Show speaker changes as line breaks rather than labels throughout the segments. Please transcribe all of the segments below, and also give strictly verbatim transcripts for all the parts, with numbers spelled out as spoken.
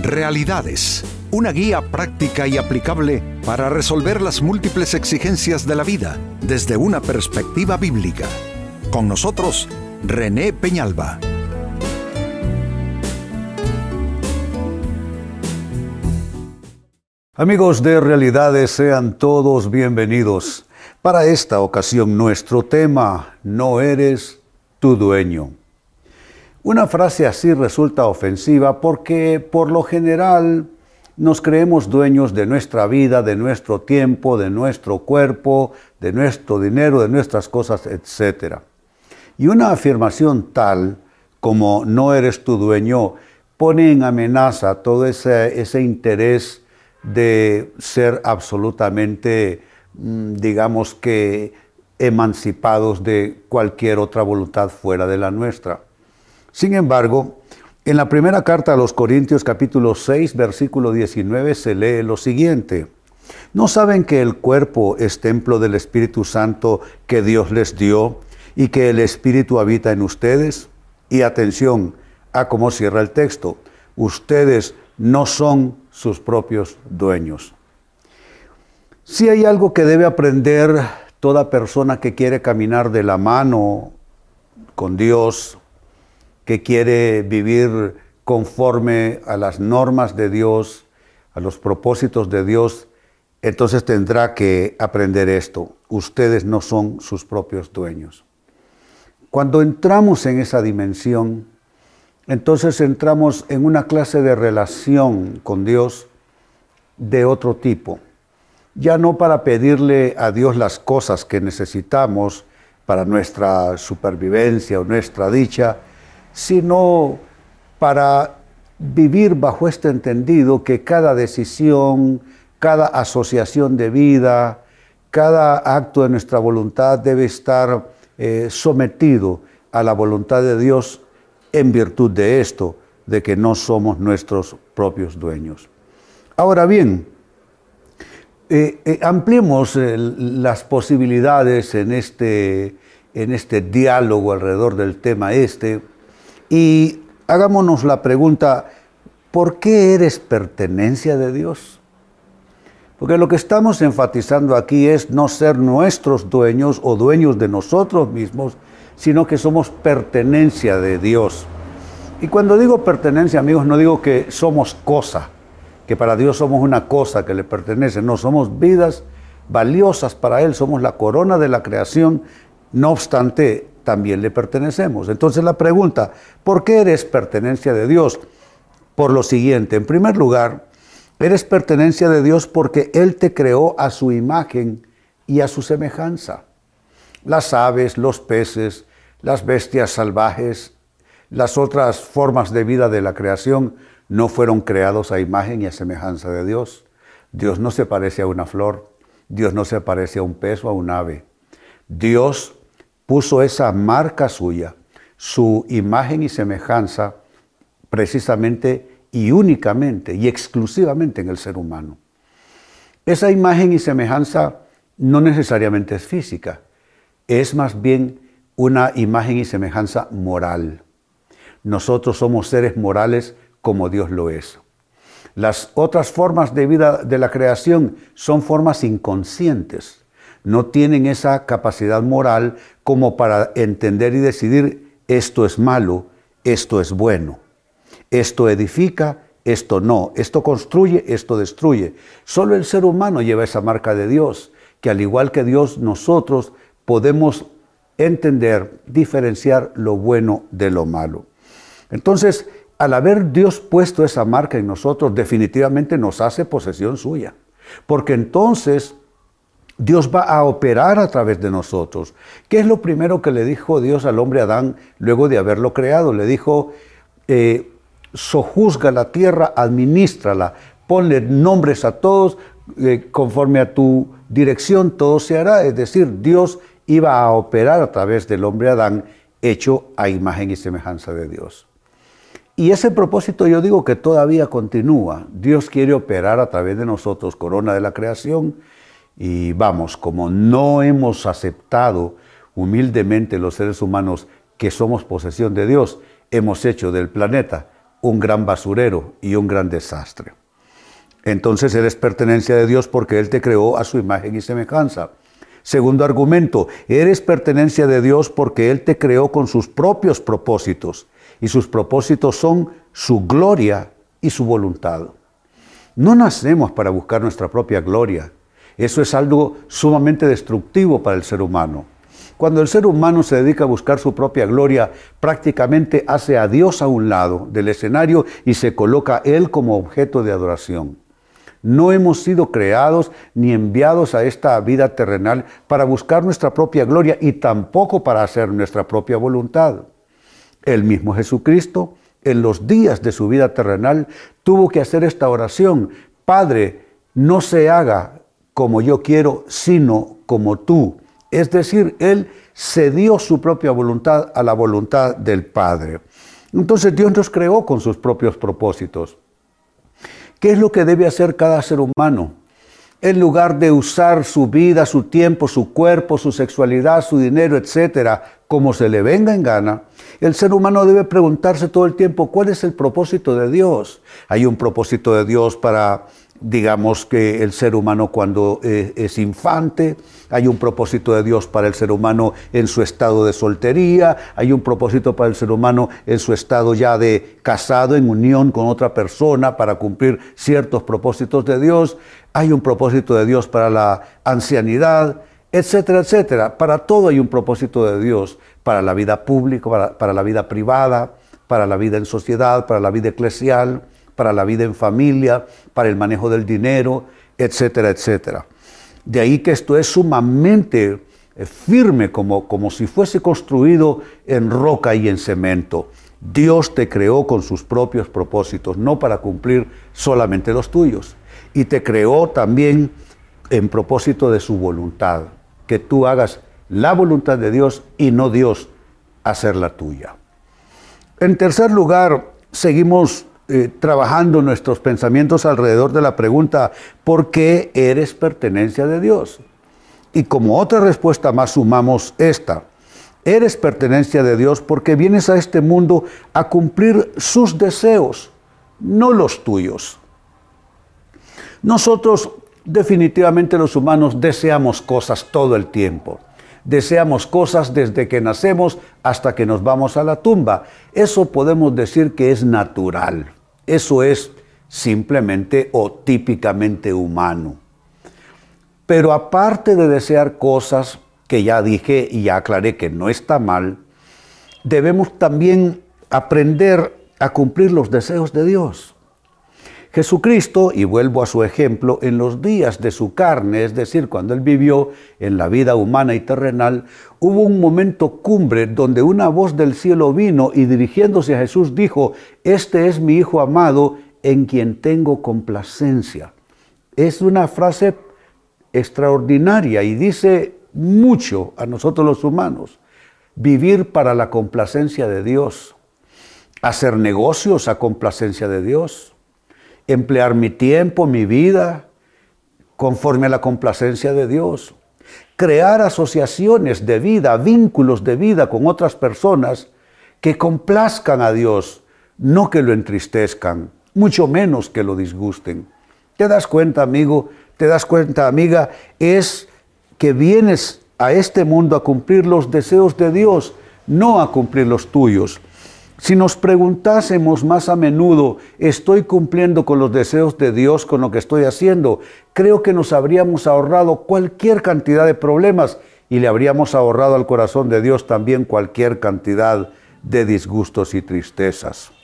Realidades, una guía práctica y aplicable para resolver las múltiples exigencias de la vida desde una perspectiva bíblica. Con nosotros, René Peñalba.
Amigos de Realidades, sean todos bienvenidos. Para esta ocasión, nuestro tema, no eres tu dueño. Una frase así resulta ofensiva porque, por lo general, nos creemos dueños de nuestra vida, de nuestro tiempo, de nuestro cuerpo, de nuestro dinero, de nuestras cosas, etcétera. Y una afirmación tal como no eres tu dueño pone en amenaza todo ese, ese interés de ser absolutamente, digamos que, emancipados de cualquier otra voluntad fuera de la nuestra. Sin embargo, en la primera carta a los Corintios, capítulo seis, versículo diecinueve, se lee lo siguiente: ¿No saben que el cuerpo es templo del Espíritu Santo que Dios les dio y que el Espíritu habita en ustedes? Y atención a cómo cierra el texto: ustedes no son sus propios dueños. Si hay algo que debe aprender toda persona que quiere caminar de la mano con Dios, que quiere vivir conforme a las normas de Dios, a los propósitos de Dios, entonces tendrá que aprender esto: ustedes no son sus propios dueños. Cuando entramos en esa dimensión, entonces entramos en una clase de relación con Dios de otro tipo. Ya no para pedirle a Dios las cosas que necesitamos para nuestra supervivencia o nuestra dicha, sino para vivir bajo este entendido que cada decisión, cada asociación de vida, cada acto de nuestra voluntad debe estar eh, sometido a la voluntad de Dios en virtud de esto, de que no somos nuestros propios dueños. Ahora bien, eh, eh, ampliemos eh, las posibilidades en este, en este diálogo alrededor del tema este, y hagámonos la pregunta: ¿por qué eres pertenencia de Dios? Porque lo que estamos enfatizando aquí es no ser nuestros dueños o dueños de nosotros mismos, sino que somos pertenencia de Dios. Y cuando digo pertenencia, amigos, no digo que somos cosa, que para Dios somos una cosa que le pertenece. No, somos vidas valiosas para Él, somos la corona de la creación. No obstante, también le pertenecemos. Entonces la pregunta: ¿por qué eres pertenencia de Dios? Por lo siguiente: en primer lugar, eres pertenencia de Dios porque Él te creó a su imagen y a su semejanza. Las aves, los peces, las bestias salvajes, las otras formas de vida de la creación no fueron creados a imagen y a semejanza de Dios. Dios no se parece a una flor, Dios no se parece a un pez o a un ave. Dios puso esa marca suya, su imagen y semejanza, precisamente y únicamente y exclusivamente en el ser humano. Esa imagen y semejanza no necesariamente es física, es más bien una imagen y semejanza moral. Nosotros somos seres morales como Dios lo es. Las otras formas de vida de la creación son formas inconscientes. No tienen esa capacidad moral como para entender y decidir: esto es malo, esto es bueno, esto edifica, esto no, esto construye, esto destruye. Solo el ser humano lleva esa marca de Dios, que al igual que Dios, nosotros podemos entender, diferenciar lo bueno de lo malo. Entonces, al haber Dios puesto esa marca en nosotros, definitivamente nos hace posesión suya, porque entonces Dios va a operar a través de nosotros. ¿Qué es lo primero que le dijo Dios al hombre Adán luego de haberlo creado? Le dijo: eh, sojuzga la tierra, administrala, ponle nombres a todos, eh, conforme a tu dirección todo se hará. Es decir, Dios iba a operar a través del hombre Adán, hecho a imagen y semejanza de Dios. Y ese propósito, yo digo que todavía continúa. Dios quiere operar a través de nosotros, corona de la creación. Y vamos, como no hemos aceptado humildemente los seres humanos que somos posesión de Dios, hemos hecho del planeta un gran basurero y un gran desastre. Entonces eres pertenencia de Dios porque Él te creó a su imagen y semejanza. Segundo argumento, eres pertenencia de Dios porque Él te creó con sus propios propósitos. Y sus propósitos son su gloria y su voluntad. No nacemos para buscar nuestra propia gloria. Eso es algo sumamente destructivo para el ser humano. Cuando el ser humano se dedica a buscar su propia gloria, prácticamente hace a Dios a un lado del escenario y se coloca Él como objeto de adoración. No hemos sido creados ni enviados a esta vida terrenal para buscar nuestra propia gloria y tampoco para hacer nuestra propia voluntad. El mismo Jesucristo, en los días de su vida terrenal, tuvo que hacer esta oración: Padre, no se haga como yo quiero, sino como tú. Es decir, Él cedió su propia voluntad a la voluntad del Padre. Entonces Dios nos creó con sus propios propósitos. ¿Qué es lo que debe hacer cada ser humano? En lugar de usar su vida, su tiempo, su cuerpo, su sexualidad, su dinero, etcétera, como se le venga en gana, el ser humano debe preguntarse todo el tiempo: ¿cuál es el propósito de Dios? Hay un propósito de Dios para, digamos, que el ser humano cuando eh, es infante. Hay un propósito de Dios para el ser humano en su estado de soltería. Hay un propósito para el ser humano en su estado ya de casado, en unión con otra persona, para cumplir ciertos propósitos de Dios. Hay un propósito de Dios para la ancianidad, etcétera, etcétera. Para todo hay un propósito de Dios, para la vida pública, para, para la vida privada, para la vida en sociedad, para la vida eclesial, para la vida en familia, para el manejo del dinero, etcétera, etcétera. De ahí que esto es sumamente firme, como, como si fuese construido en roca y en cemento. Dios te creó con sus propios propósitos, no para cumplir solamente los tuyos. Y te creó también en propósito de su voluntad, que tú hagas la voluntad de Dios y no Dios hacer la tuya. En tercer lugar, seguimos Eh, trabajando nuestros pensamientos alrededor de la pregunta: ¿por qué eres pertenencia de Dios? Y como otra respuesta más sumamos esta: eres pertenencia de Dios porque vienes a este mundo a cumplir sus deseos, no los tuyos. Nosotros definitivamente los humanos deseamos cosas todo el tiempo. Deseamos cosas desde que nacemos hasta que nos vamos a la tumba. Eso podemos decir que es natural. Eso es simplemente o típicamente humano. Pero aparte de desear cosas, que ya dije y ya aclaré que no está mal, debemos también aprender a cumplir los deseos de Dios. Jesucristo, y vuelvo a su ejemplo, en los días de su carne, es decir, cuando Él vivió en la vida humana y terrenal, hubo un momento cumbre donde una voz del cielo vino y dirigiéndose a Jesús dijo: este es mi Hijo amado en quien tengo complacencia. Es una frase extraordinaria y dice mucho a nosotros los humanos. Vivir para la complacencia de Dios, hacer negocios a complacencia de Dios, emplear mi tiempo, mi vida, conforme a la complacencia de Dios. Crear asociaciones de vida, vínculos de vida con otras personas que complazcan a Dios, no que lo entristezcan, mucho menos que lo disgusten. ¿Te das cuenta, amigo? ¿Te das cuenta, amiga? Es que vienes a este mundo a cumplir los deseos de Dios, no a cumplir los tuyos. Si nos preguntásemos más a menudo: ¿estoy cumpliendo con los deseos de Dios con lo que estoy haciendo?, creo que nos habríamos ahorrado cualquier cantidad de problemas y le habríamos ahorrado al corazón de Dios también cualquier cantidad de disgustos y tristezas.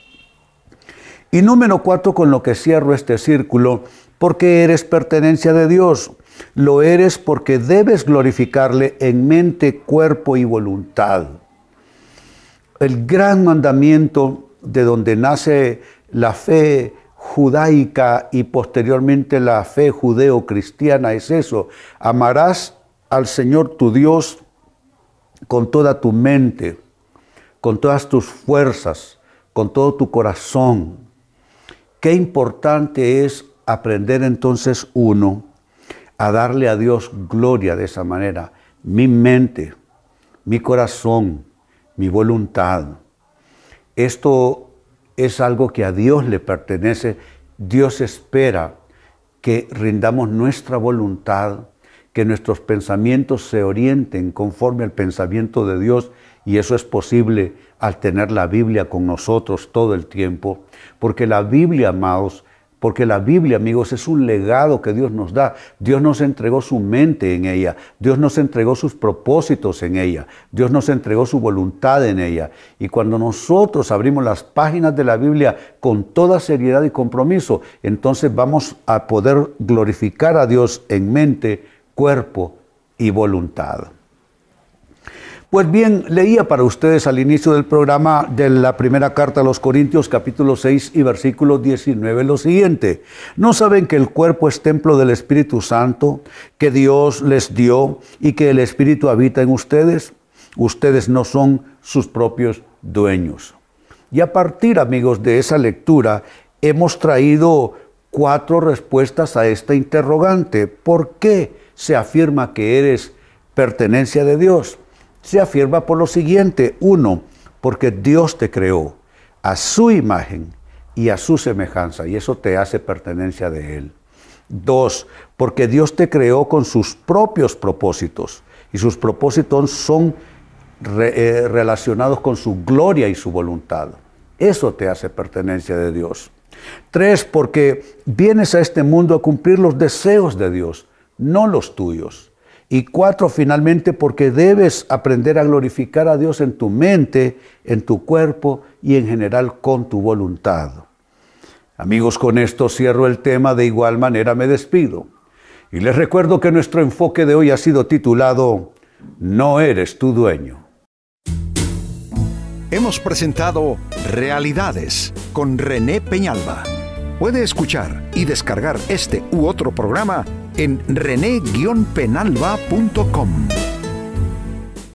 Y número cuatro, con lo que cierro este círculo: ¿por qué eres pertenencia de Dios? Lo eres porque debes glorificarle en mente, cuerpo y voluntad. El gran mandamiento de donde nace la fe judaica y posteriormente la fe judeo-cristiana es eso: amarás al Señor tu Dios con toda tu mente, con todas tus fuerzas, con todo tu corazón. Qué importante es aprender entonces uno a darle a Dios gloria de esa manera. Mi mente, mi corazón, mi voluntad. Esto es algo que a Dios le pertenece. Dios espera que rindamos nuestra voluntad, que nuestros pensamientos se orienten conforme al pensamiento de Dios, y eso es posible al tener la Biblia con nosotros todo el tiempo, porque la Biblia, amados, porque la Biblia, amigos, es un legado que Dios nos da. Dios nos entregó su mente en ella, Dios nos entregó sus propósitos en ella, Dios nos entregó su voluntad en ella. Y cuando nosotros abrimos las páginas de la Biblia con toda seriedad y compromiso, entonces vamos a poder glorificar a Dios en mente, cuerpo y voluntad. Pues bien, leía para ustedes al inicio del programa de la primera carta a los Corintios, capítulo seis y versículo diecinueve, lo siguiente: ¿no saben que el cuerpo es templo del Espíritu Santo, que Dios les dio y que el Espíritu habita en ustedes? Ustedes no son sus propios dueños. Y a partir, amigos, de esa lectura, hemos traído cuatro respuestas a esta interrogante. ¿Por qué se afirma que eres pertenencia de Dios? Se afirma por lo siguiente: uno, porque Dios te creó a su imagen y a su semejanza, y eso te hace pertenencia de Él. Dos, porque Dios te creó con sus propios propósitos, y sus propósitos son re, eh, relacionados con su gloria y su voluntad. Eso te hace pertenencia de Dios. Tres, porque vienes a este mundo a cumplir los deseos de Dios, no los tuyos. Y cuatro, finalmente, porque debes aprender a glorificar a Dios en tu mente, en tu cuerpo y en general con tu voluntad. Amigos, con esto cierro el tema, de igual manera me despido. Y les recuerdo que nuestro enfoque de hoy ha sido titulado No eres tu dueño.
Hemos presentado Realidades con René Peñalba. Puede escuchar y descargar este u otro programa en rené guion penalba punto com.